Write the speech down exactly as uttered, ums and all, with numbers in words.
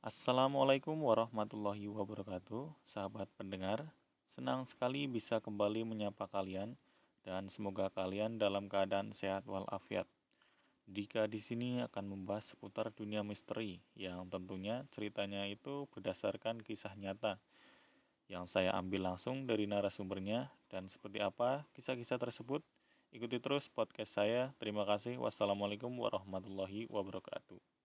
Assalamualaikum warahmatullahi wabarakatuh, sahabat pendengar. Senang sekali bisa kembali menyapa kalian dan semoga kalian dalam keadaan sehat walafiat. Dika di sini akan membahas seputar dunia misteri yang tentunya ceritanya itu berdasarkan kisah nyata yang saya ambil langsung dari narasumbernya. Dan seperti apa kisah-kisah tersebut? Ikuti terus podcast saya. Terima kasih. Wassalamualaikum warahmatullahi wabarakatuh.